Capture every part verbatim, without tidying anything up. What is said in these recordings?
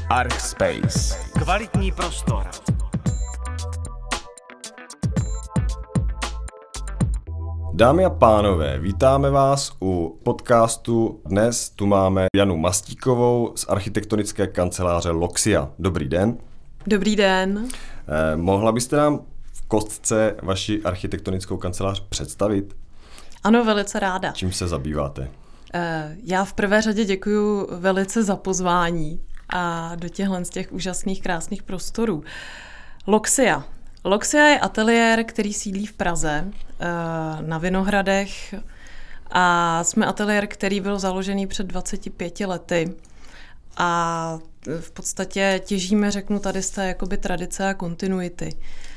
Archspace. Kvalitní prostor. Dámy a pánové, vítáme vás u podcastu. Dnes tu máme Janu Mastíkovou z architektonické kanceláře Loxia. Dobrý den. Dobrý den. Eh, mohla byste nám v kostce vaši architektonickou kancelář představit? Ano, velice ráda. Čím se zabýváte? Eh, já v prvé řadě děkuji velice za pozvání a do těchhle z těch úžasných, krásných prostorů. Loxia. Loxia je ateliér, který sídlí v Praze na Vinohradech a jsme ateliér, který byl založený před dvaceti pěti lety a v podstatě těžíme, řeknu tady z té jakoby tradice a kontinuity.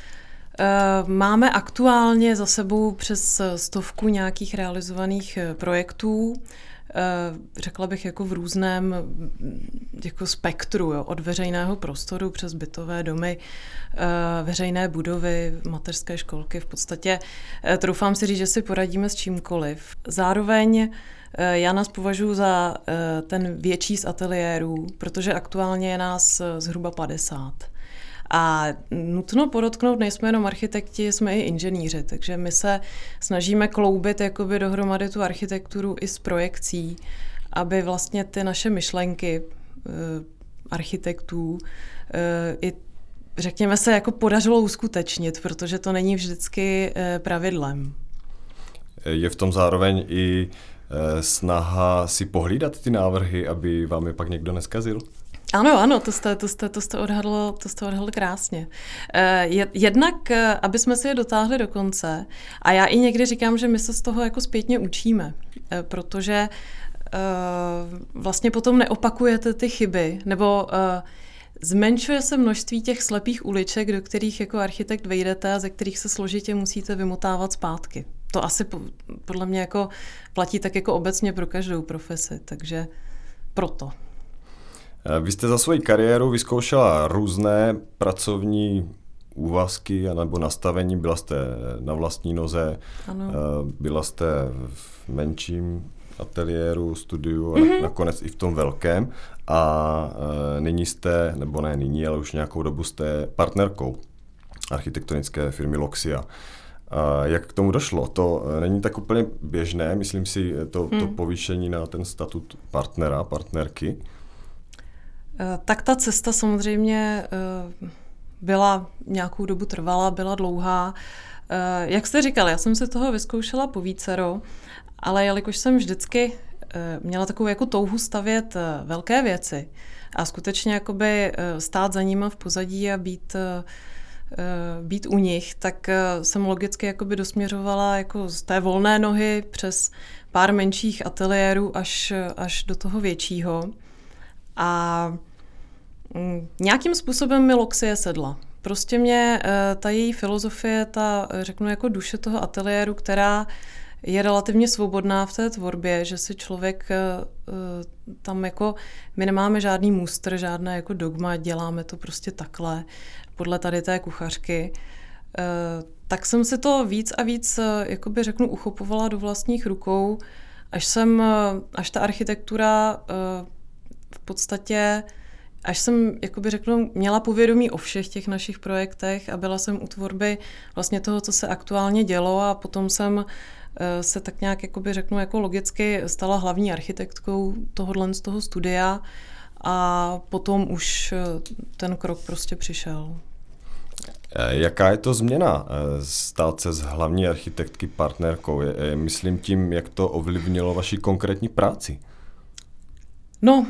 Máme aktuálně za sebou přes stovku nějakých realizovaných projektů, řekla bych jako v různém jako spektru, jo, od veřejného prostoru přes bytové domy, veřejné budovy, mateřské školky. V podstatě troufám si říct, že si poradíme s čímkoliv. Zároveň já nás považuji za ten větší z ateliérů, protože aktuálně je nás zhruba padesát. A nutno podotknout, nejsme jenom architekti, jsme i inženýři, takže my se snažíme kloubit jakoby dohromady tu architekturu i s projekcí, aby vlastně ty naše myšlenky e, architektů e, i řekněme se jako podařilo uskutečnit, protože to není vždycky e, pravidlem. Je v tom zároveň i e, snaha si pohlídat ty návrhy, aby vám je pak někdo neskazil? Ano, ano, to jste, to jste, to jste odhadl, to jste odhadl krásně. Jednak, aby jsme si je dotáhli do konce, a já i někdy říkám, že my se z toho jako zpětně učíme, protože vlastně potom neopakujete ty chyby, nebo zmenšuje se množství těch slepých uliček, do kterých jako architekt vejdete a ze kterých se složitě musíte vymotávat zpátky. To asi podle mě jako platí tak jako obecně pro každou profesi, takže proto. Vy jste za svoji kariéru vyzkoušela různé pracovní úvazky nebo nastavení. Byla jste na vlastní noze, ano. Byla jste v menším ateliéru, studiu a mm-hmm. nakonec i v tom velkém. A nyní jste, nebo ne nyní, ale už nějakou dobu jste partnerkou architektonické firmy Loxia. Jak k tomu došlo? To není tak úplně běžné, myslím si, to, mm. to povýšení na ten statut partnera, partnerky. Tak ta cesta samozřejmě byla nějakou dobu trvalá, byla dlouhá. Jak jste říkal, já jsem si toho vyzkoušela povícero, ale jelikož jsem vždycky měla takovou jako touhu stavět velké věci a skutečně jakoby stát za nima v pozadí a být, být u nich, tak jsem logicky jakoby dosměřovala jako z té volné nohy přes pár menších ateliérů až, až do toho většího. A nějakým způsobem mi Loxia sedla. Prostě mě ta její filozofie, ta řeknu jako duše toho ateliéru, která je relativně svobodná v té tvorbě, že si člověk tam jako, my nemáme žádný mustr, žádné jako dogma, děláme to prostě takhle, podle tady té kuchařky, tak jsem si to víc a víc, jakoby řeknu, uchopovala do vlastních rukou, až jsem, až ta architektura v podstatě, až jsem, jakoby řeknu, měla povědomí o všech těch našich projektech a byla jsem u tvorby vlastně toho, co se aktuálně dělo, a potom jsem se tak nějak, jakoby řeknu, jako logicky stala hlavní architektkou tohohle z toho studia a potom už ten krok prostě přišel. Jaká je to změna stát se z hlavní architektky partnerkou? Je, myslím tím, jak to ovlivnilo vaši konkrétní práci? No,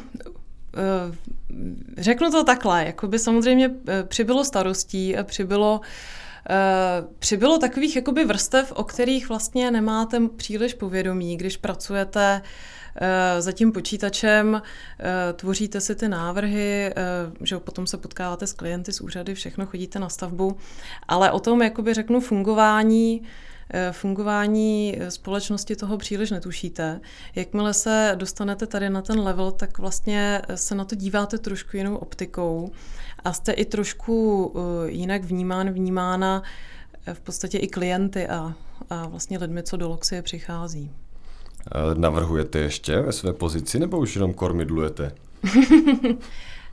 řeknu to takhle, jakoby samozřejmě přibylo starostí a přibylo, přibylo takových jakoby vrstev, o kterých vlastně nemáte příliš povědomí, když pracujete za tím počítačem, tvoříte si ty návrhy, že potom se potkáváte s klienty, s úřady, všechno, chodíte na stavbu, ale o tom, jakoby řeknu, fungování fungování společnosti toho příliš netušíte. Jakmile se dostanete tady na ten level, tak vlastně se na to díváte trošku jinou optikou a jste i trošku jinak vnímán, vnímána v podstatě i klienty a, a vlastně lidmi, co do Loxie přichází. Navrhujete ještě ve své pozici, nebo už jenom kormidlujete?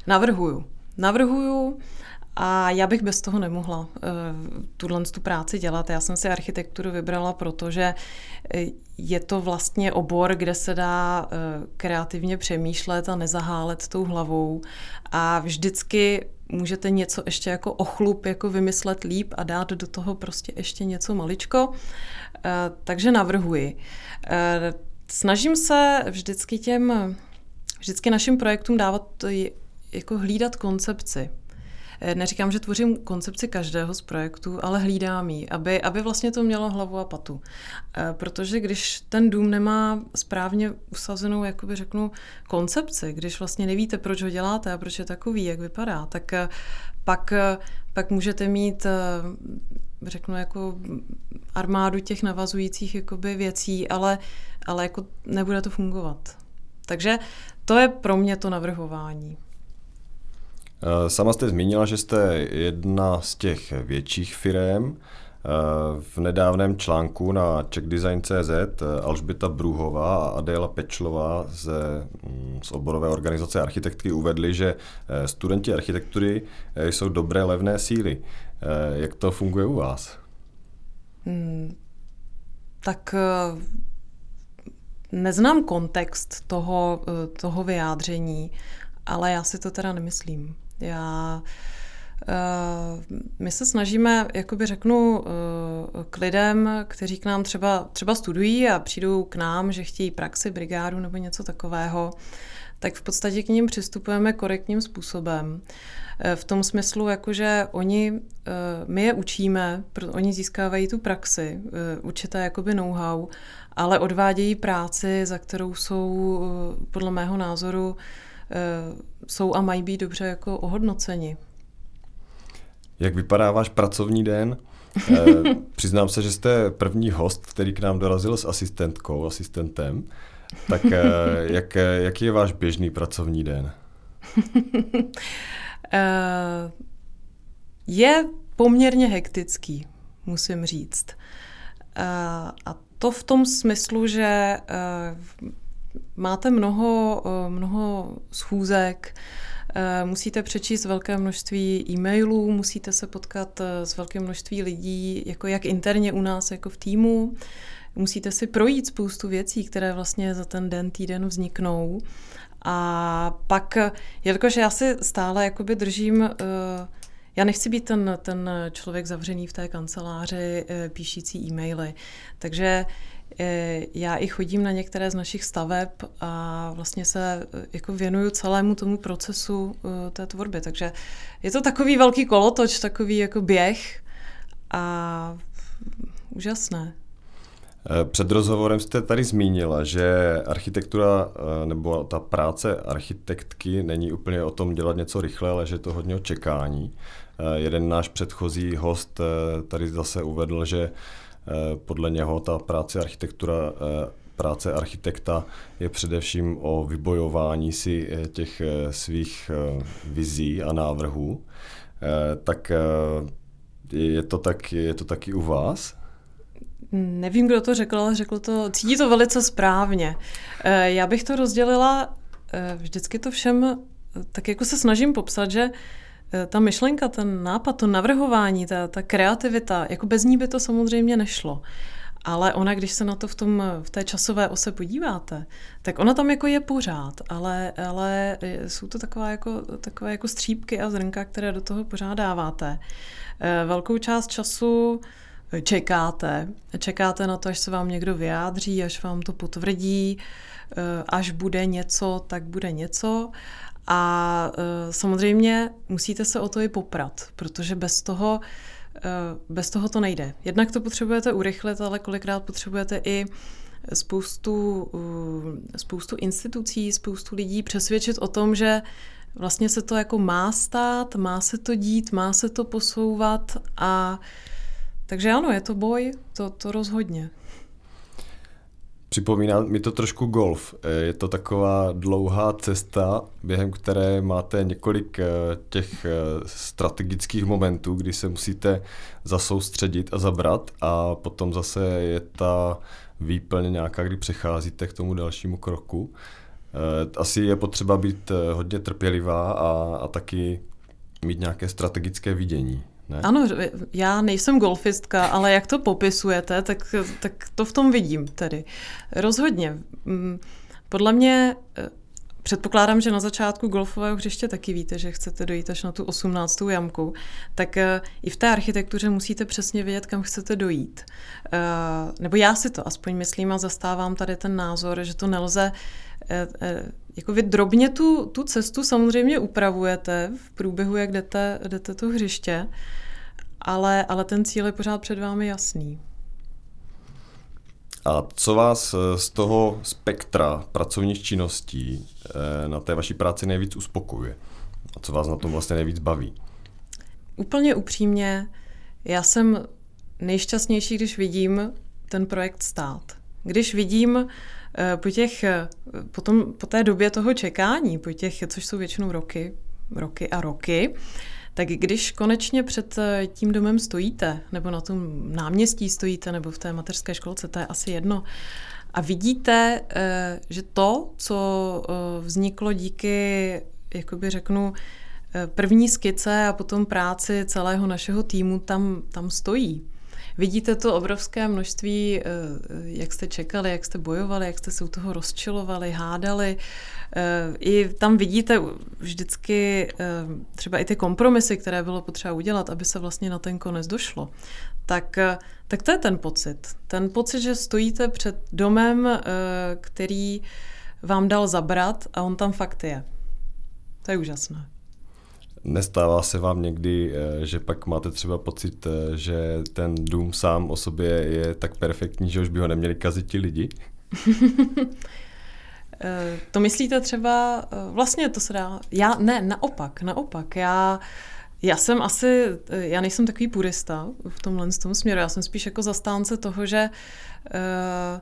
Navrhuju. Navrhuju a já bych bez toho nemohla uh, tuhle tu práci dělat. Já jsem si architekturu vybrala, protože je to vlastně obor, kde se dá uh, kreativně přemýšlet a nezahálet tou hlavou a vždycky můžete něco ještě jako ochlup jako vymyslet líp a dát do toho prostě ještě něco maličko. Uh, takže navrhuji. Uh, snažím se vždycky těm, vždycky našim projektům dávat, jako hlídat koncepci. Neříkám, že tvořím koncepci každého z projektů, ale hlídám ji, aby, aby vlastně to mělo hlavu a patu. Protože když ten dům nemá správně usazenou, jakoby řeknu, koncepci, když vlastně nevíte, proč ho děláte a proč je takový, jak vypadá, tak pak, pak můžete mít, řeknu, jako armádu těch navazujících jakoby věcí, ale, ale jako nebude to fungovat. Takže to je pro mě to navrhování. Sama jste zmínila, že jste jedna z těch větších firem. V nedávném článku na czech design tečka cé zet Alžběta Bruhová a Adéla Pečlová z, z oborové organizace architektky uvedli, že studenti architektury jsou dobré levné síly. Jak to funguje u vás? Hmm, tak neznám kontext toho, toho vyjádření, ale já si to teda nemyslím. Já, uh, my se snažíme, jakoby řeknu, uh, k lidem, kteří k nám třeba, třeba studují a přijdou k nám, že chtějí praxi, brigádu nebo něco takového, tak v podstatě k ním přistupujeme korektním způsobem. V tom smyslu, jakože oni, my je učíme, oni získávají tu praxi, určité jakoby know-how, ale odvádějí práci, za kterou jsou podle mého názoru jsou a mají být dobře jako ohodnoceni. Jak vypadá váš pracovní den? Přiznám se, že jste první host, který k nám dorazil s asistentkou, asistentem. Tak jak, jaký je váš běžný pracovní den? Je poměrně hektický, musím říct. A to v tom smyslu, že máte mnoho, mnoho schůzek, musíte přečíst velké množství e-mailů, musíte se potkat s velkým množství lidí, jako jak interně u nás, jako v týmu. Musíte si projít spoustu věcí, které vlastně za ten den, týden vzniknou. A pak, jelikož já si stále jakoby držím, já nechci být ten, ten člověk zavřený v té kanceláři, píšící e-maily, takže já i chodím na některé z našich staveb a vlastně se jako věnuju celému tomu procesu té tvorby. Takže je to takový velký kolotoč, takový jako běh a úžasné. Před rozhovorem jste tady zmínila, že architektura nebo ta práce architektky není úplně o tom dělat něco rychle, ale že je to hodně o čekání. Jeden náš předchozí host tady zase uvedl, že podle něho ta práce architektura, práce architekta je především o vybojování si těch svých vizí a návrhů. Tak je to tak, je to taky u vás? Nevím, kdo to řekl, ale řekl to, cítí to velice správně. Já bych to rozdělila, vždycky to všem, tak jako se snažím popsat, že ta myšlenka, ten nápad, to navrhování, ta, ta kreativita, jako bez ní by to samozřejmě nešlo. Ale ona, když se na to v, tom, v té časové ose podíváte, tak ona tam jako je pořád, ale, ale jsou to taková jako, takové jako střípky a zrnka, které do toho pořád dáváte. Velkou část času čekáte. Čekáte na to, až se vám někdo vyjádří, až vám to potvrdí, až bude něco, tak bude něco. A samozřejmě musíte se o to i poprat, protože bez toho, bez toho to nejde. Jednak to potřebujete urychlit, ale kolikrát potřebujete i spoustu, spoustu institucí, spoustu lidí přesvědčit o tom, že vlastně se to jako má stát, má se to dít, má se to posouvat a takže ano, je to boj, to, to rozhodně. Připomíná mi to trošku golf. Je to taková dlouhá cesta, během které máte několik těch strategických momentů, kdy se musíte zasoustředit a zabrat a potom zase je ta výplň nějaká, kdy přecházíte k tomu dalšímu kroku. Asi je potřeba být hodně trpělivá a, a taky mít nějaké strategické vidění. Ne? Ano, já nejsem golfistka, ale jak to popisujete, tak, tak to v tom vidím tedy. Rozhodně. Podle mě, předpokládám, že na začátku golfového hřiště taky víte, že chcete dojít až na tu osmnáctou jamku, tak i v té architektuře musíte přesně vědět, kam chcete dojít. Nebo já si to aspoň myslím a zastávám tady ten názor, že to nelze. Jako vy drobně tu, tu cestu samozřejmě upravujete v průběhu, jak jdete, jdete to hřiště, ale, ale ten cíl je pořád před vámi jasný. A co vás z toho spektra pracovních činností na té vaší práci nejvíc uspokojuje? A co vás na tom vlastně nejvíc baví? Úplně upřímně, já jsem nejšťastnější, když vidím ten projekt stát. Když vidím po, těch, po, tom, po té době toho čekání, po těch, což jsou většinou roky, roky a roky, tak když konečně před tím domem stojíte, nebo na tom náměstí stojíte, nebo v té mateřské školce, to je asi jedno, a vidíte, že to, co vzniklo díky, jakoby řeknu, první skice a potom práci celého našeho týmu tam, tam stojí. Vidíte to obrovské množství, jak jste čekali, jak jste bojovali, jak jste se u toho rozčilovali, hádali. I tam vidíte vždycky třeba i ty kompromisy, které bylo potřeba udělat, aby se vlastně na ten konec došlo. Tak, tak to je ten pocit. Ten pocit, že stojíte před domem, který vám dal zabrat a on tam fakt je. To je úžasné. Nestává se vám někdy, že pak máte třeba pocit, že ten dům sám o sobě je tak perfektní, že už by ho neměli kazit ti lidi? To myslíte třeba, vlastně to se dá, já ne, naopak, naopak, já, já jsem asi, já nejsem takový purista v tomhle tom směru, já jsem spíš jako zastánce toho, že uh,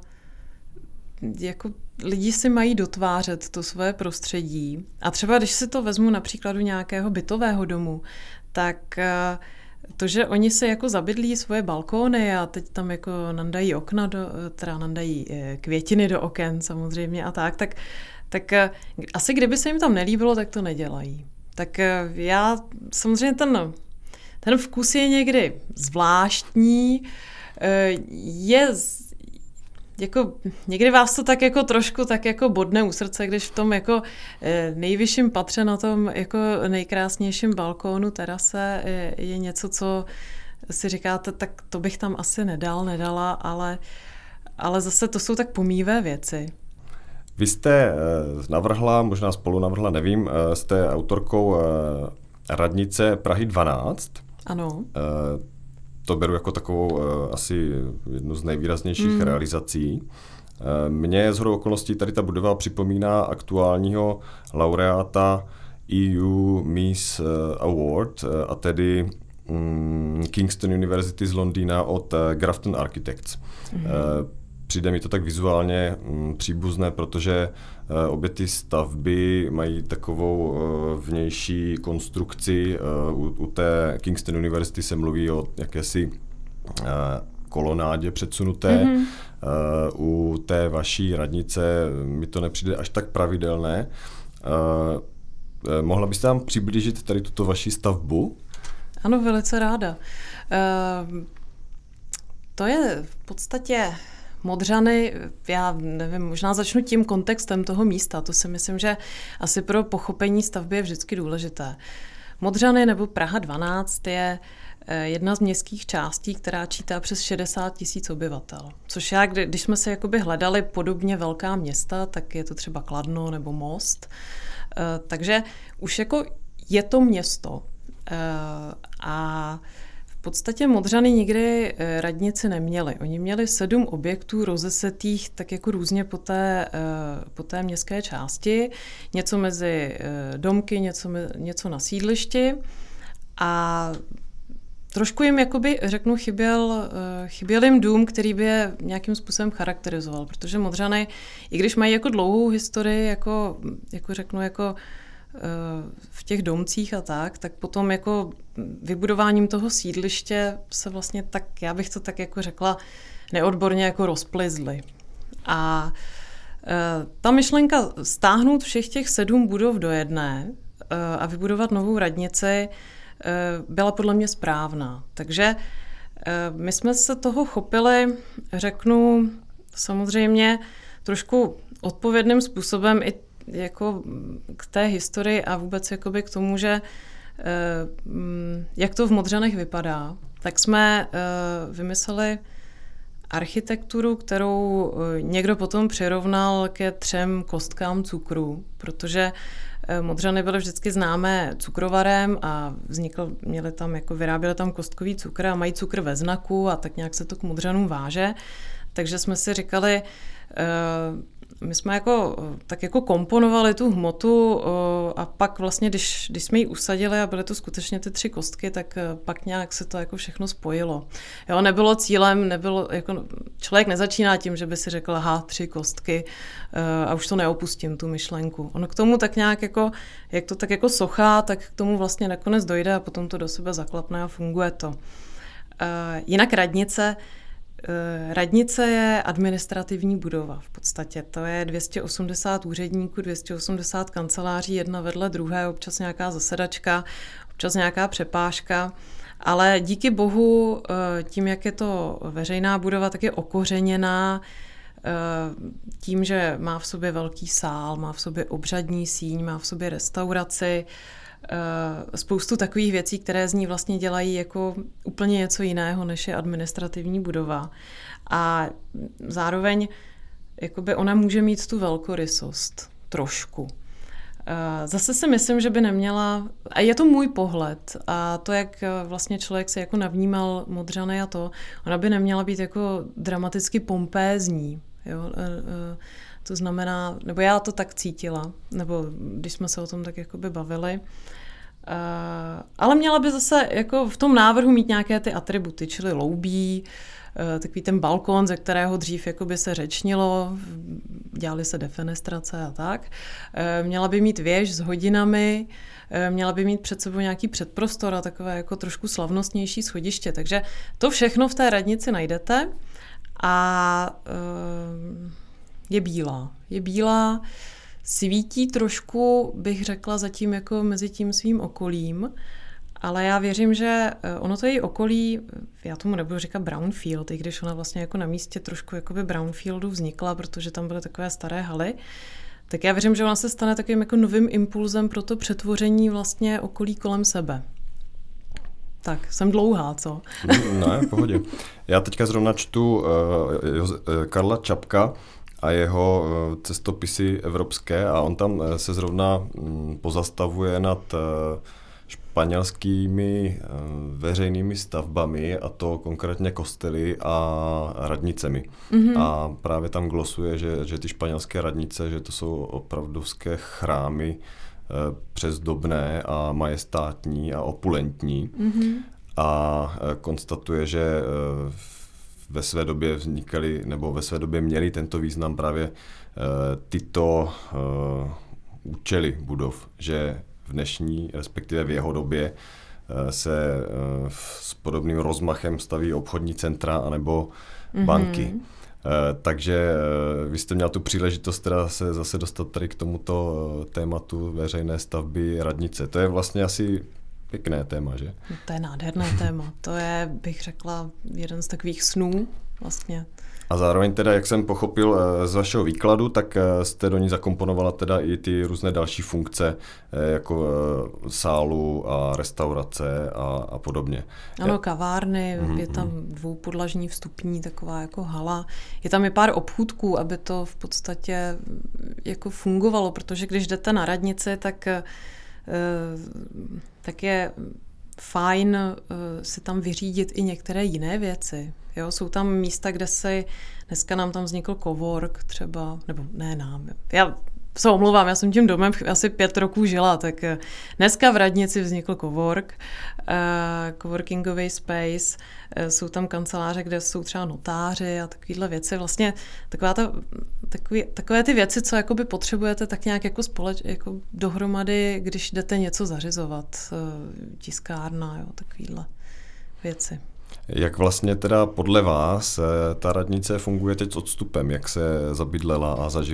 jako lidi si mají dotvářet to své prostředí. A třeba když si to vezmu na příkladu nějakého bytového domu, tak to, že oni si jako zabydlí svoje balkóny a teď tam jako nandají okna, do, teda nandají květiny do oken samozřejmě a tak, tak, tak asi kdyby se jim tam nelíbilo, tak to nedělají. Tak já samozřejmě ten, ten vkus je někdy zvláštní, je jako někdy vás to tak jako trošku tak jako bodne u srdce, když v tom jako nejvyšším patře na tom jako nejkrásnějším balkónu, terase je, je něco, co si říkáte, tak to bych tam asi nedal, nedala, ale, ale zase to jsou tak pomíjivé věci. Vy jste navrhla, možná spolu navrhla, nevím, jste autorkou radnice Prahy dvanáct. Ano. To beru jako takovou uh, asi jednu z nejvýraznějších mm. realizací. Uh, mně shodou okolností tady ta budova připomíná aktuálního laureáta E U Mies uh, Award, uh, a tedy um, Kingston University z Londýna od uh, Grafton Architects. Mm. Uh, Přijde mi to tak vizuálně um, příbuzné, protože uh, obě ty stavby mají takovou uh, vnější konstrukci. Uh, u, u té Kingston University se mluví o jakési uh, kolonádě předsunuté. Mm-hmm. Uh, u té vaší radnice mi to nepřijde až tak pravidelné. Uh, uh, mohla byste nám přiblížit tady tuto vaši stavbu? Ano, velice ráda. Uh, to je v podstatě Modřany, já nevím, možná začnu tím kontextem toho místa, to si myslím, že asi pro pochopení stavby je vždycky důležité. Modřany nebo Praha dvanáct je jedna z městských částí, která čítá přes šedesát tisíc obyvatel. Což já, kdy, když jsme se jakoby hledali podobně velká města, tak je to třeba Kladno nebo Most. Takže už jako je to město. A v podstatě Modřany nikdy radnici neměli. Oni měli sedm objektů rozesetých tak jako různě po té, po té městské části. Něco mezi domky, něco, něco na sídlišti. A trošku jim, jakoby, řeknu, chyběl, chyběl jim dům, který by je nějakým způsobem charakterizoval. Protože Modřany, i když mají jako dlouhou historii, jako, jako řeknu, jako v těch domcích a tak, tak potom jako vybudováním toho sídliště se vlastně tak, já bych to tak jako řekla, neodborně jako rozplizly. A Ta myšlenka stáhnout všech těch sedm budov do jedné a vybudovat novou radnici byla podle mě správná. Takže my jsme se toho chopili, řeknu samozřejmě trošku odpovědným způsobem i jako k té historii a vůbec jakoby k tomu, že jak to v Modřanech vypadá, tak jsme vymysleli architekturu, kterou někdo potom přirovnal ke třem kostkám cukru, protože Modřany byly vždycky známé cukrovarem a vznikl, měli tam, jako vyráběli tam kostkový cukr a mají cukr ve znaku a tak nějak se to k Modřanům váže. Takže jsme si říkali, my jsme jako, tak jako komponovali tu hmotu a pak vlastně, když, když jsme ji usadili a byly to skutečně ty tři kostky, tak pak nějak se to jako všechno spojilo. Jo, nebylo cílem, nebylo, jako člověk nezačíná tím, že by si řekl, aha, tři kostky a už to neopustím, tu myšlenku. Ono k tomu tak nějak jako, jak to tak jako sochá, tak k tomu vlastně nakonec dojde a potom to do sebe zaklapne a funguje to. Jinak radnice, Radnice je administrativní budova v podstatě. To je dvě stě osmdesát úředníků, dvě stě osmdesát kanceláří, jedna vedle druhé, občas nějaká zasedačka, občas nějaká přepážka. Ale díky bohu tím, jak je to veřejná budova, tak je okořeněná tím, že má v sobě velký sál, má v sobě obřadní síň, má v sobě restauraci, spoustu takových věcí, které z ní vlastně dělají jako úplně něco jiného, než je administrativní budova. A zároveň jakoby ona může mít tu velkorysost trošku. Zase si myslím, že by neměla, a je to můj pohled, a to, jak vlastně člověk se jako navnímal Modřany a to, ona by neměla být jako dramaticky pompézní. Jo? To znamená, nebo já to tak cítila, nebo když jsme se o tom tak jakoby bavili, Uh, ale měla by zase jako v tom návrhu mít nějaké ty atributy, čili loubí, uh, takový ten balkon, ze kterého dřív jakoby se řečnilo, dělaly se defenestrace a tak. Uh, měla by mít věž s hodinami, uh, měla by mít před sebou nějaký předprostor a takové jako trošku slavnostnější schodiště. Takže to všechno v té radnici najdete a uh, je bílá. Je bílá, svítí trošku, bych řekla, zatím jako mezi tím svým okolím, ale já věřím, že ono to její okolí, já tomu nebudu říkat brownfield, i když ona vlastně jako na místě trošku jakoby brownfieldu vznikla, protože tam byly takové staré haly, tak já věřím, že ona se stane takovým jako novým impulzem pro to přetvoření vlastně okolí kolem sebe. Tak, jsem dlouhá, co? Ne, v pohodě. Já teďka zrovna čtu uh, Karla Čapka a jeho cestopisy evropské a on tam se zrovna pozastavuje nad španělskými veřejnými stavbami, a to konkrétně kostely a radnicemi. Mm-hmm. A právě tam glosuje, že, že ty španělské radnice, že to jsou opravdovské chrámy přezdobné a majestátní a opulentní. Mm-hmm. A konstatuje, že ve své době vznikaly, nebo ve své době měly tento význam právě tyto účely budov, že v dnešní, respektive v jeho době se s podobným rozmachem staví obchodní centra anebo banky. Mm-hmm. Takže vy jste měl tu příležitost teda se zase dostat tady k tomuto tématu veřejné stavby radnice. To je vlastně asi pěkné téma, že? No, to je nádherné téma. To je, bych řekla, jeden z takových snů vlastně. A zároveň teda, jak jsem pochopil z vašeho výkladu, tak jste do ní zakomponovala teda i ty různé další funkce, jako sálu a restaurace a, a podobně. Ano, kavárny, mm-hmm. je tam dvoupodlažní vstupní taková jako hala. Je tam i pár obchůdků, aby to v podstatě jako fungovalo, protože když jdete na radnici, tak tak je fajn si tam vyřídit i některé jiné věci. Jo? Jsou tam místa, kde si, dneska nám tam vznikl cowork třeba, nebo ne nám, já se omlouvám, já jsem tím domem asi pět roků žila, tak dneska v radnici vznikl cowork, uh, coworkingový space, uh, jsou tam kanceláře, kde jsou třeba notáři a takovéhle věci. Vlastně taková ta, takový, takové ty věci, co jakoby potřebujete tak nějak jako společ, jako dohromady, když jdete něco zařizovat, uh, tiskárna, jo, takovéhle věci. Jak vlastně teda podle vás ta radnice funguje teď s odstupem, jak se zabydlela a zažila?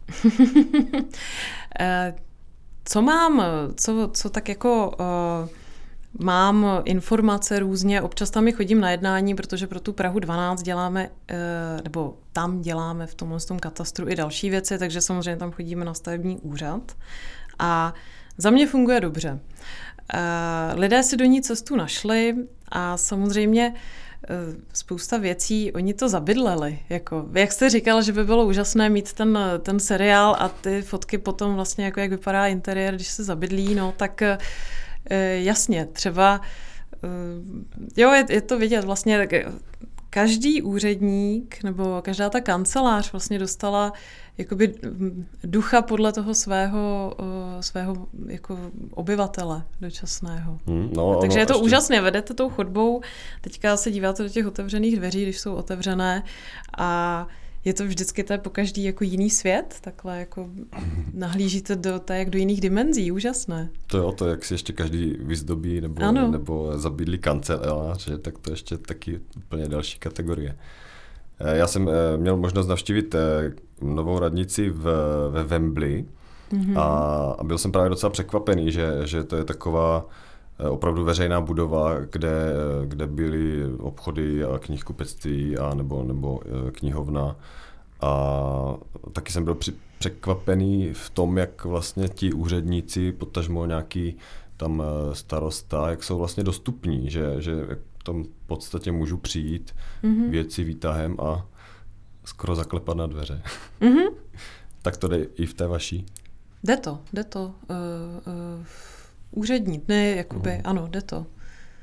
Co mám, co, co tak jako uh, mám informace různě, občas tam i chodím na jednání, protože pro tu Prahu dvanáct děláme, uh, nebo tam děláme v tomhle tom katastru i další věci, takže samozřejmě tam chodíme na stavební úřad a za mě funguje dobře. Uh, lidé si do ní cestu našli a samozřejmě spousta věcí, oni to zabydleli. Jako, jak jste říkal, že by bylo úžasné mít ten, ten seriál a ty fotky potom vlastně, jako jak vypadá interiér, když se zabydlí, no tak jasně, třeba jo, je, je to vidět vlastně, tak každý úředník nebo každá ta kancelář vlastně dostala jakoby ducha podle toho svého, svého jako obyvatele dočasného. Hmm, no, Takže no, je to ještě... úžasné, vedete tou chodbou, teďka se díváte do těch otevřených dveří, když jsou otevřené a je to vždycky to po každý jako jiný svět, takhle jako nahlížíte do, to jak do jiných dimenzí, úžasné. To je o to, jak si ještě každý vyzdobí nebo, nebo zabydlí kancelář, tak to ještě taky úplně další kategorie. Já jsem měl možnost navštívit novou radnici v, ve Wembley mm-hmm. a, a byl jsem právě docela překvapený, že, že to je taková opravdu veřejná budova, kde, kde byly obchody a knihkupectví a nebo, nebo knihovna. A taky jsem byl při, překvapený v tom, jak vlastně ti úředníci, potažmo nějaký tam starosta, jak jsou vlastně dostupní, že, že tam v podstatě můžu přijít mm-hmm. věci výtahem a skoro zaklepat na dveře. Mm-hmm. Tak to jde i v té vaší? Jde to, jde to. Uh, uh, úřední, ne, jakoby, mm. ano, jde to. Uh,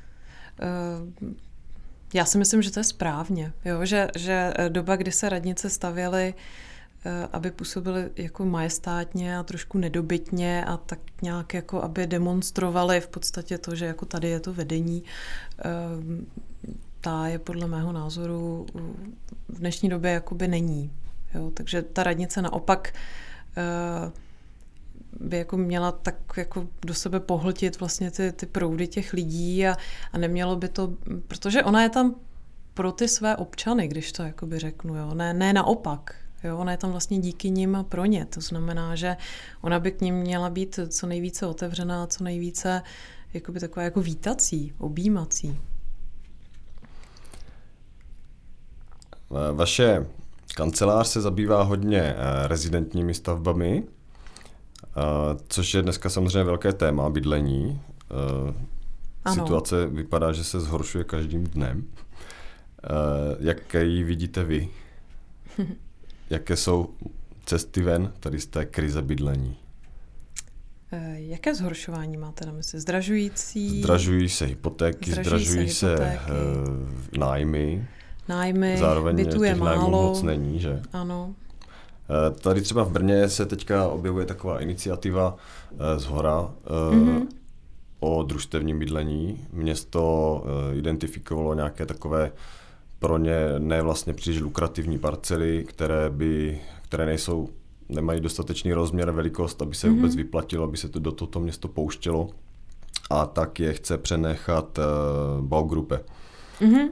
já si myslím, že to je správně, jo? Že, že doba, kdy se radnice stavěly, uh, aby působily jako majestátně a trošku nedobytně a tak nějak jako, aby demonstrovali v podstatě to, že jako tady je to vedení, uh, ta je podle mého názoru v dnešní době jakoby není. Jo? Takže ta radnice naopak uh, by jako měla tak jako do sebe pohltit vlastně ty, ty proudy těch lidí a, a nemělo by to, protože ona je tam pro ty své občany, když to jakoby řeknu, jo? Ne, ne naopak. Jo? Ona je tam vlastně díky nim a pro ně. To znamená, že ona by k nim měla být co nejvíce otevřená, co nejvíce jakoby taková jako vítací, objímací. Vaše kancelář se zabývá hodně rezidentními stavbami, což je dneska samozřejmě velké téma, bydlení. Ano. Situace vypadá, že se zhoršuje každým dnem. Jak ji vidíte vy? Jaké jsou cesty ven tady z té krize bydlení? Jaké zhoršování máte na mysli? Zdražující? Zdražují se hypotéky, zdražují, zdražují se, hypotéky. se nájmy. Nájmy, zároveň bytů je málo. Moc není, že? Ano. Tady třeba v Brně se teďka objevuje taková iniciativa zhora mm-hmm. o družstevním bydlení. Město identifikovalo nějaké takové pro ně ne vlastně příliš lukrativní parcely, které by, které nejsou, nemají dostatečný rozměr, velikost, aby se mm-hmm. vůbec vyplatilo, aby se to do tohoto město pouštělo. A tak je chce přenechat Baugruppe. Mm-hmm.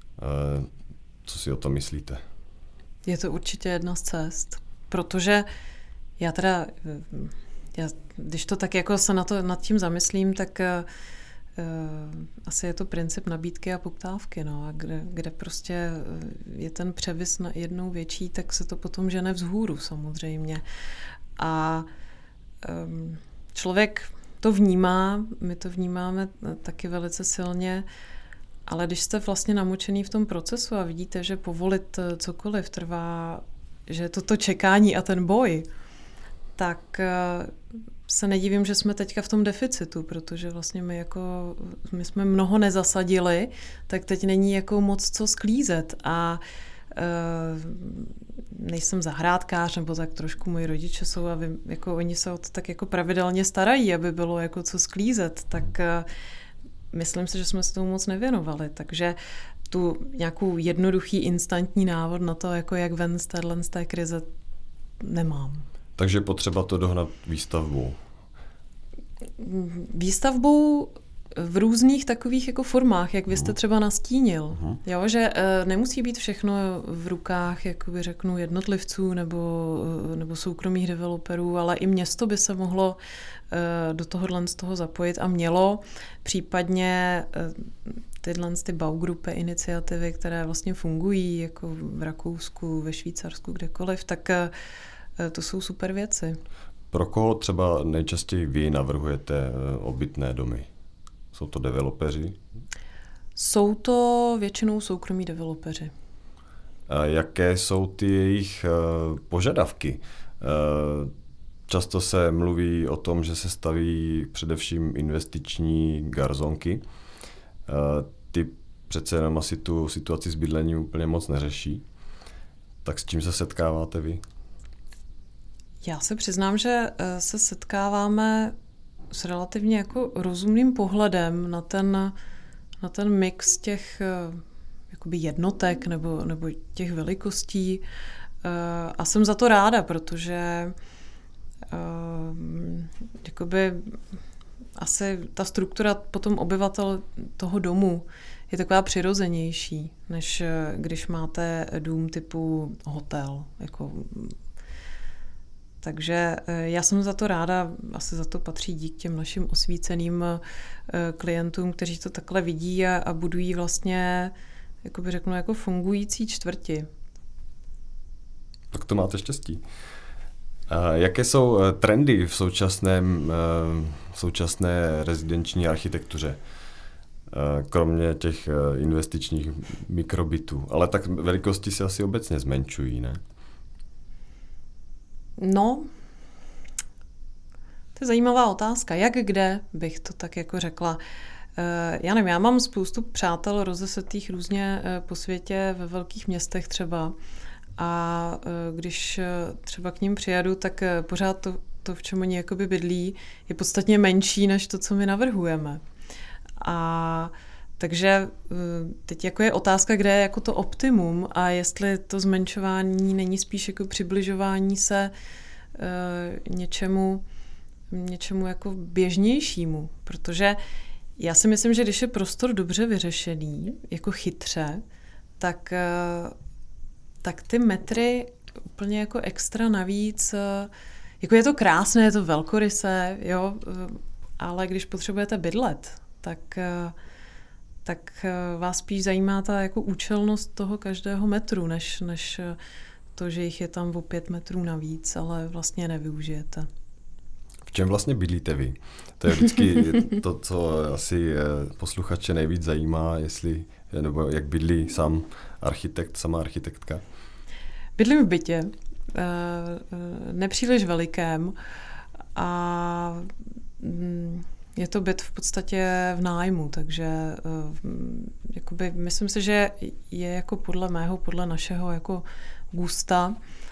Co si o tom myslíte? Je to určitě jedna z cest, protože já teda, já, když to tak jako se na to, nad tím zamyslím, tak uh, asi je to princip nabídky a poptávky, no, a kde, kde prostě je ten převis na jednou větší, tak se to potom žene vzhůru samozřejmě. A um, člověk to vnímá, my to vnímáme taky velice silně, ale když jste vlastně namočený v tom procesu a vidíte, že povolit cokoliv trvá, že toto čekání a ten boj, tak se nedivím, že jsme teďka v tom deficitu, protože vlastně my jako, my jsme mnoho nezasadili, tak teď není jako moc co sklízet a e, nejsem zahrádkář, nebo tak trošku moji rodiče jsou a vím, jako oni se o to tak jako pravidelně starají, aby bylo jako co sklízet, tak e, myslím si, že jsme se tomu moc nevěnovali, takže tu nějakou jednoduchý instantní návod na to, jako jak ven z téhle z té krize, nemám. Takže potřeba to dohnat výstavbou? Výstavbou v různých takových jako formách, jak vy jste třeba nastínil. Uh-huh. Jo, že e, nemusí být všechno v rukách, jakoby řeknu, jednotlivců nebo, nebo soukromých developerů, ale i město by se mohlo e, do tohohle z toho zapojit a mělo, případně e, tyhle ty Baugrupy iniciativy, které vlastně fungují jako v Rakousku, ve Švýcarsku, kdekoliv, tak e, to jsou super věci. Pro koho třeba nejčastěji vy navrhujete obytné domy? Jsou to developeři? Jsou to většinou soukromí developeři. A jaké jsou ty jejich uh, požadavky? Uh, často se mluví o tom, že se staví především investiční garzonky. Uh, ty přece jenom asi tu situaci s bydlením úplně moc neřeší. Tak s čím se setkáváte vy? Já se přiznám, že se setkáváme s relativně jako rozumným pohledem na ten, na ten mix těch jakoby jednotek nebo, nebo těch velikostí. A jsem za to ráda, protože jakoby asi ta struktura potom obyvatel toho domu je taková přirozenější, než když máte dům typu hotel, jako. Takže já jsem za to ráda, asi za to patří dík těm našim osvíceným klientům, kteří to takhle vidí a, a budují vlastně, jakoby řeknu, jako fungující čtvrti. Tak to máte štěstí. A jaké jsou trendy v současném, v současné rezidenční architektuře? Kromě těch investičních mikrobytů. Ale tak velikosti se asi obecně zmenšují, ne? No, to je zajímavá otázka. Jak kde, bych to tak jako řekla. Já nevím, já mám spoustu přátel rozesetých různě po světě, ve velkých městech třeba. A když třeba k ním přijedu, tak pořád to, to v čem oni jakoby bydlí, je podstatně menší než to, co my navrhujeme. A takže teď jako je otázka, kde je jako to optimum a jestli to zmenšování není spíš jako přibližování se e, něčemu, něčemu jako běžnějšímu. Protože já si myslím, že když je prostor dobře vyřešený, jako chytře, tak, e, tak ty metry úplně jako extra navíc, e, jako je to krásné, je to velkorysé, jo, e, ale když potřebujete bydlet, tak e, tak vás spíš zajímá ta jako účelnost toho každého metru, než, než to, že jich je tam o pět metrů navíc, ale vlastně nevyužijete. V čem vlastně bydlíte vy? To je vždycky to, co asi posluchače nejvíc zajímá, jestli, nebo jak bydlí sám architekt, sama architektka. Bydlím v bytě, nepříliš velikém a je to byt v podstatě v nájmu, takže jakoby, myslím si, že je jako podle mého, podle našeho jako gusta.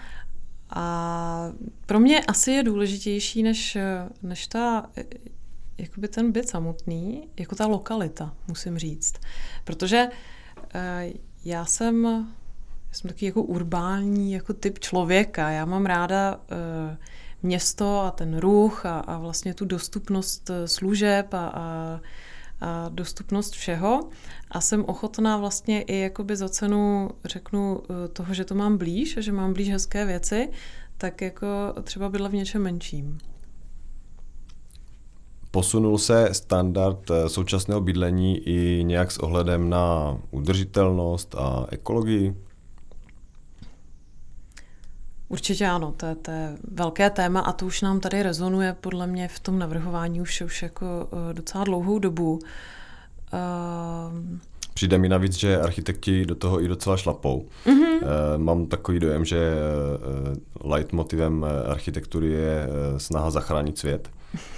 A pro mě asi je důležitější než, než ta, jakoby ten byt samotný, jako ta lokalita, musím říct. Protože já jsem, já jsem takový jako urbální jako typ člověka. Já mám ráda město a ten ruch a, a vlastně tu dostupnost služeb a, a, a dostupnost všeho. A jsem ochotná vlastně i jakoby za cenu, řeknu, toho, že to mám blíž a že mám blíž hezké věci, tak jako třeba bydlet v něčem menším. Posunul se standard současného bydlení i nějak s ohledem na udržitelnost a ekologii? Určitě ano, to je, to je velké téma a to už nám tady rezonuje podle mě v tom navrhování už, už jako docela dlouhou dobu. Uh... Přijde mi navíc, že architekti do toho i docela šlapou. Mm-hmm. Uh, mám takový dojem, že uh, leitmotivem architektury je uh, snaha zachránit svět.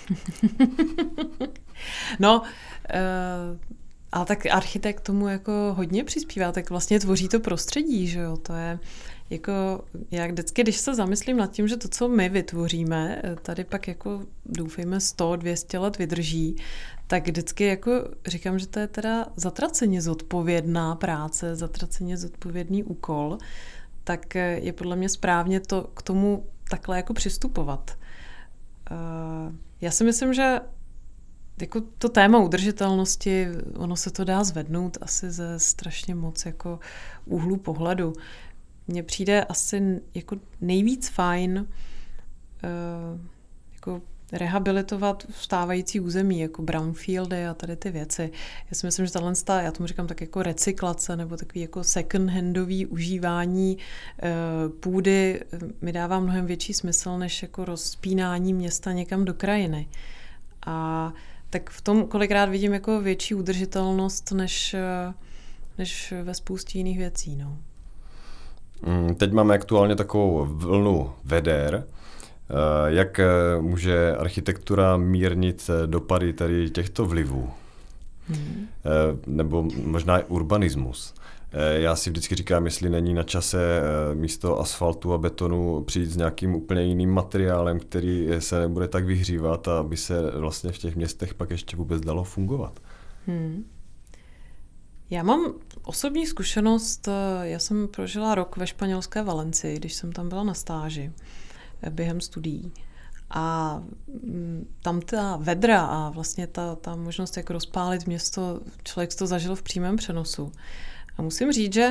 No, uh, ale tak architekt tomu jako hodně přispívá, tak vlastně tvoří to prostředí, že jo, to je jako, já vždycky, když se zamyslím nad tím, že to, co my vytvoříme, tady pak jako doufejme sto, dvě stě let vydrží, tak vždycky jako říkám, že to je teda zatraceně zodpovědná práce, zatraceně zodpovědný úkol, tak je podle mě správně to k tomu takhle jako přistupovat. Já si myslím, že jako to téma udržitelnosti, ono se to dá zvednout asi ze strašně moc jako úhlu pohledu. Mně přijde asi jako nejvíc fajn uh, jako rehabilitovat vstávající území, jako brownfieldy a tady ty věci. Já si myslím, že tahle, já tomu říkám tak jako recyklace nebo takový jako second-handový užívání uh, půdy mi dává mnohem větší smysl, než jako rozpínání města někam do krajiny. A tak v tom kolikrát vidím jako větší udržitelnost, než, než ve spoustě jiných věcí. No. Teď máme aktuálně takovou vlnu veder. Jak může architektura mírnit dopady tady těchto vlivů? Hmm. Nebo možná i urbanismus. Já si vždycky říkám, jestli není na čase místo asfaltu a betonu přijít s nějakým úplně jiným materiálem, který se nebude tak vyhřívat a aby se vlastně v těch městech pak ještě vůbec dalo fungovat. Hmm. Já mám osobní zkušenost, já jsem prožila rok ve španělské Valencii, když jsem tam byla na stáži během studií. A tam ta vedra a vlastně ta, ta možnost, jak rozpálit město, člověk to zažil v přímém přenosu. A musím říct, že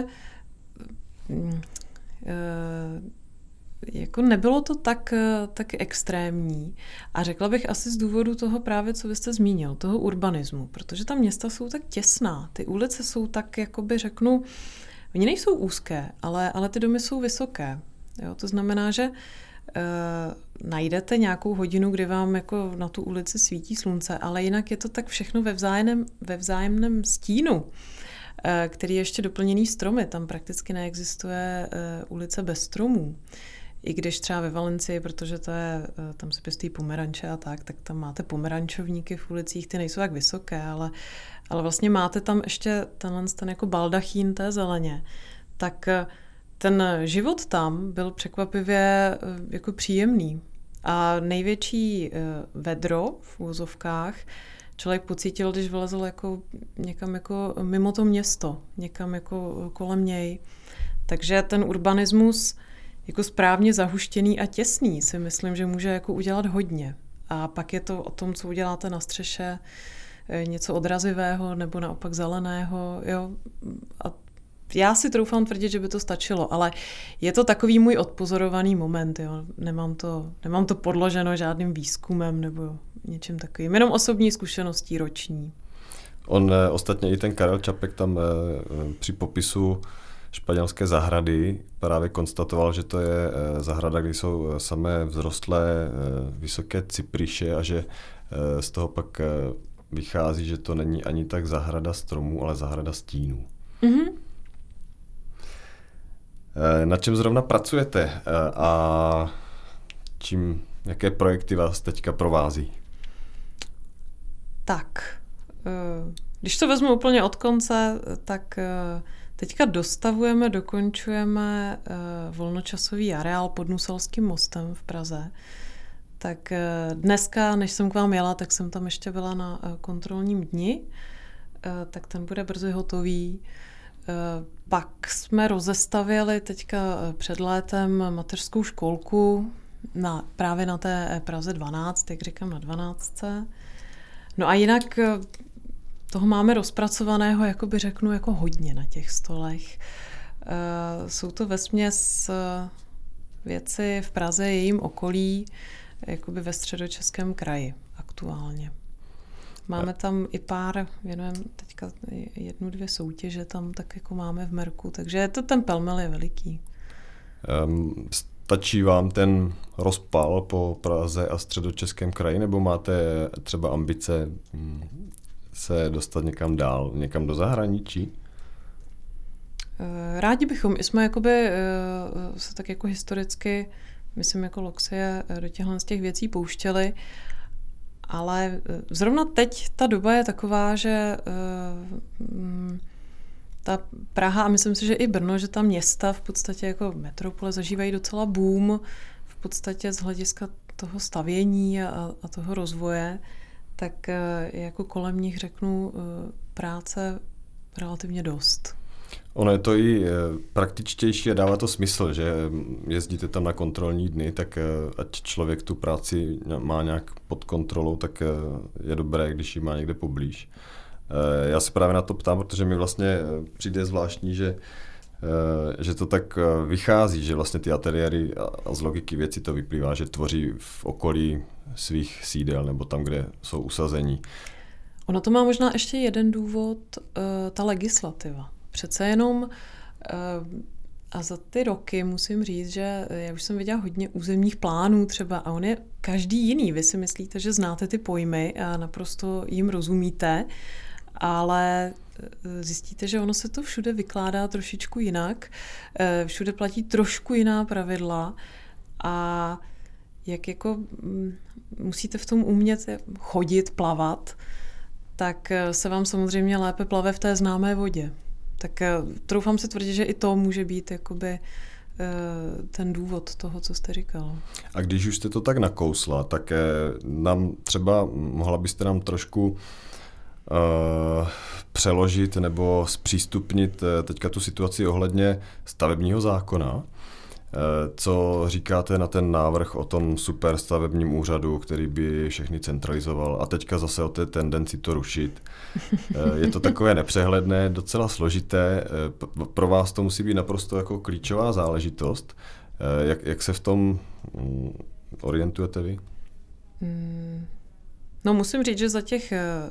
jako nebylo to tak, tak extrémní. A řekla bych asi z důvodu toho právě, co vy jste zmínil, toho urbanismu, protože ta města jsou tak těsná, ty ulice jsou tak, jakoby řeknu, oni nejsou úzké, ale, ale ty domy jsou vysoké. Jo? To znamená, že Uh, najdete nějakou hodinu, kdy vám jako na tu ulici svítí slunce, ale jinak je to tak všechno ve vzájemném, ve vzájemném stínu, uh, který je ještě doplněný stromy. Tam prakticky neexistuje uh, ulice bez stromů. I když třeba ve Valencii, protože to je, uh, tam se pěstují pomeranče a tak, tak tam máte pomerančovníky v ulicích, ty nejsou tak vysoké, ale, ale vlastně máte tam ještě tenhle ten jako baldachín té zeleně. Tak uh, ten život tam byl překvapivě jako příjemný. A největší vedro v úzovkách člověk pocítil, když vylezl jako někam jako mimo to město, někam jako kolem něj. Takže ten urbanismus jako správně zahuštěný a těsný si myslím, že může jako udělat hodně. A pak je to o tom, co uděláte na střeše, něco odrazivého nebo naopak zeleného. Jo? A já si troufám tvrdit, že by to stačilo, ale je to takový můj odpozorovaný moment. Jo. Nemám to, nemám to podloženo žádným výzkumem nebo něčím takovým. Jenom osobní zkušeností roční. On ostatně i ten Karel Čapek tam při popisu španělské zahrady právě konstatoval, že to je zahrada, kde jsou samé vzrostlé vysoké cypryše a že z toho pak vychází, že to není ani tak zahrada stromů, ale zahrada stínů. Mm-hmm. Na čem zrovna pracujete a čím, jaké projekty vás teďka provází? Tak, když to vezmu úplně od konce, tak teďka dostavujeme, dokončujeme volnočasový areál pod Nuselským mostem v Praze. Tak dneska, než jsem k vám jela, tak jsem tam ještě byla na kontrolním dni, tak ten bude brzy hotový. Pak jsme rozestavěli teďka před létem mateřskou školku na, právě na té Praze dvanáct, jak říkám, na dvanáctce. No a jinak toho máme rozpracovaného, jakoby řeknu, jako hodně na těch stolech. Jsou to vesměs věci v Praze, jejím okolí, jakoby ve Středočeském kraji aktuálně. Máme tam i pár, věnujeme teďka jednu, dvě soutěže, tam tak jako máme v Merku, takže to ten pelmel je veliký. Um, stačí vám ten rozpal po Praze a Středočeském kraji, nebo máte třeba ambice se dostat někam dál, někam do zahraničí? Rádi bychom, i jsme jakoby se tak jako historicky, myslím jako Loxie, do těchto z těch věcí pouštěli. Ale zrovna teď ta doba je taková, že uh, ta Praha a myslím si, že i Brno, že ta města v podstatě jako metropole zažívají docela boom v podstatě z hlediska toho stavění a, a toho rozvoje, tak uh, jako kolem nich řeknu uh, práce relativně dost. Ono je to i praktičtější a dává to smysl, že jezdíte tam na kontrolní dny, tak ať člověk tu práci má nějak pod kontrolou, tak je dobré, když ji má někde poblíž. Já se právě na to ptám, protože mi vlastně přijde zvláštní, že, že to tak vychází, že vlastně ty ateliéry a z logiky věci to vyplývá, že tvoří v okolí svých sídel nebo tam, kde jsou usazení. Ono to má možná ještě jeden důvod, ta legislativa. Přece jenom a za ty roky musím říct, že já už jsem viděla hodně územních plánů třeba a on je každý jiný. Vy si myslíte, že znáte ty pojmy a naprosto jim rozumíte, ale zjistíte, že ono se to všude vykládá trošičku jinak, všude platí trošku jiná pravidla a jak jako musíte v tom umět chodit, plavat, tak se vám samozřejmě lépe plave v té známé vodě. Tak troufám si tvrdit, že i to může být jakoby ten důvod toho, co jste říkal. A když už jste to tak nakousla, tak nám třeba mohla byste nám trošku uh, přeložit nebo zpřístupnit teďka tu situaci ohledně stavebního zákona. Co říkáte na ten návrh o tom super stavebním úřadu, který by všechny centralizoval a teďka zase o té tendenci to rušit? Je to takové nepřehledné, docela složité. Pro vás to musí být naprosto jako klíčová záležitost. Jak, jak se v tom orientujete vy? No musím říct, že za těch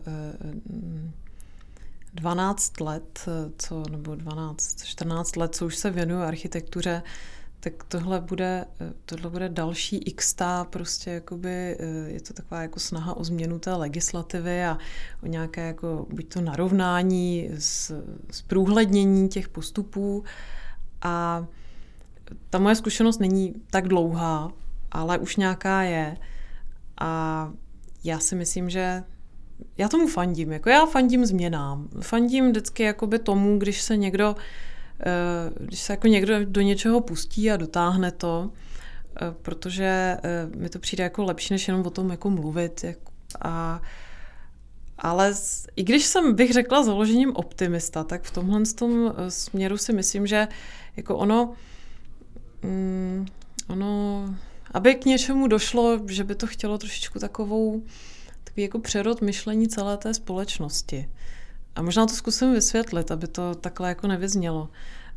dvanáct let, co, nebo dvanáct, čtrnáct let, co už se věnuju architektuře, tak tohle bude, tohle bude další x-tá, prostě jakoby, je to taková jako snaha o změnu té legislativy a o nějaké jako buď to narovnání, zprůhlednění těch postupů a ta moje zkušenost není tak dlouhá, ale už nějaká je a já si myslím, že já tomu fandím, jako já fandím změnám, fandím vždycky jakoby tomu, když se někdo když se jako někdo do něčeho pustí a dotáhne to, protože mi to přijde jako lepší, než jenom o tom jako mluvit. A, ale i když jsem, bych řekla, založením optimista, tak v tomhle tom směru si myslím, že jako ono, mm, ono, aby k něčemu došlo, že by to chtělo trošičku takovou, takový jako přerod myšlení celé té společnosti. A možná to zkusím vysvětlit, aby to takhle jako nevyznělo.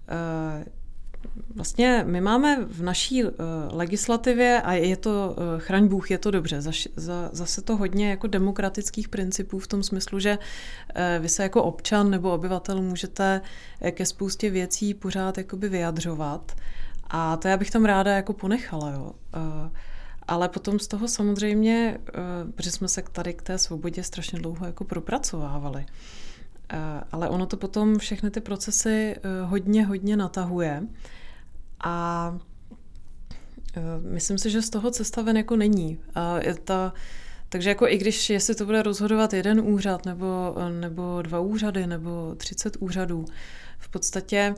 Vlastně my máme v naší legislativě, a je to, chraň Bůh, je to dobře, zase to hodně jako demokratických principů v tom smyslu, že vy se jako občan nebo obyvatel můžete ke spoustě věcí pořád jakoby vyjadřovat. A to já bych tam ráda jako ponechala, jo. Ale potom z toho samozřejmě, protože jsme se tady k té svobodě strašně dlouho jako propracovávali. Ale ono to potom všechny ty procesy hodně, hodně natahuje a myslím si, že z toho cesta ven jako není. A je ta, takže jako i když, jestli to bude rozhodovat jeden úřad nebo, nebo dva úřady nebo třicet úřadů, v podstatě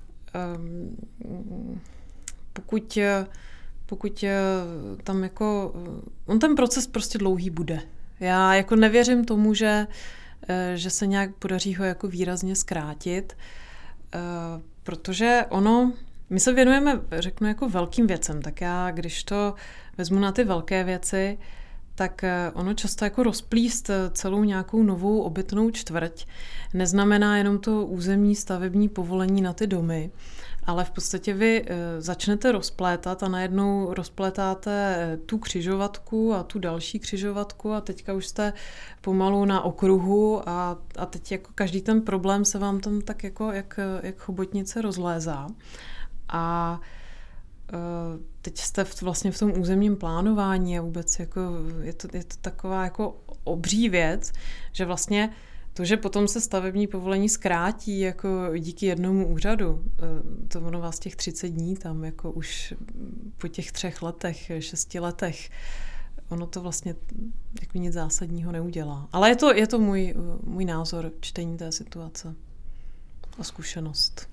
pokud, pokud tam jako, on ten proces prostě dlouhý bude. Já jako nevěřím tomu, že že se nějak podaří ho jako výrazně zkrátit, protože ono, my se věnujeme, řeknu, jako velkým věcem, tak já, když to vezmu na ty velké věci, tak ono často jako rozplíst celou nějakou novou obytnou čtvrť neznamená jenom to územní stavební povolení na ty domy, ale v podstatě vy začnete rozplétat a najednou rozplétáte tu křižovatku a tu další křižovatku a teďka už jste pomalu na okruhu a, a teď jako každý ten problém se vám tam tak jako jak, jak chobotnice rozlézá. A teď jste v, vlastně v tom územním plánování a vůbec jako je to, je to taková jako obří věc, že vlastně to, že potom se stavební povolení zkrátí jako díky jednomu úřadu, to ono vás těch třicet dní tam jako už po těch třech letech, šesti letech, ono to vlastně jako nic zásadního neudělá. Ale je to, je to můj, můj názor čtení té situace a zkušenost.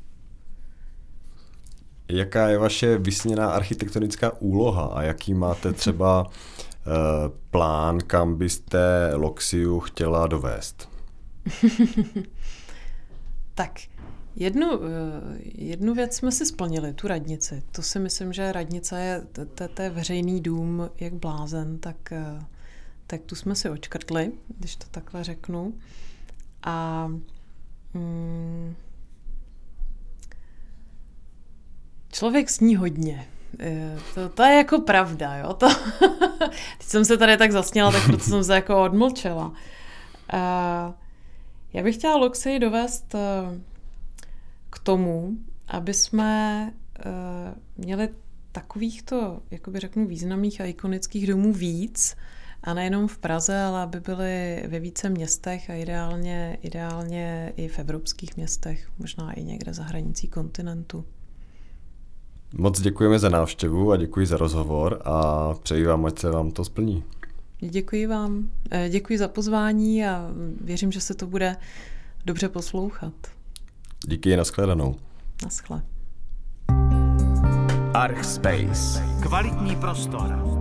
Jaká je vaše vysněná architektonická úloha a jaký máte třeba uh, plán, kam byste Loxiu chtěla dovést? Tak, Jednu, jednu věc jsme si splnili, tu radnici. To si myslím, že radnice je to je veřejný dům jak blázen, tak, tak tu jsme si očkrtli, když to takhle řeknu. A mm, člověk sní hodně. To, to je jako pravda, jo. To, teď jsem se tady tak zasněla, tak proto jsem se jako odmlčela. Uh, já bych chtěla Luxii dovést uh, k tomu, aby jsme uh, měli takovýchto, jakoby řeknu, významných a ikonických domů víc, a nejenom v Praze, ale aby byly ve více městech a ideálně, ideálně i v evropských městech, možná i někde za hranicí kontinentu. Moc děkujeme za návštěvu a děkuji za rozhovor a přeji vám, ať se vám to splní. Děkuji vám. Děkuji za pozvání a věřím, že se to bude dobře poslouchat. Díky, nashledanou. Naschle. Archspace. Kvalitní prostor.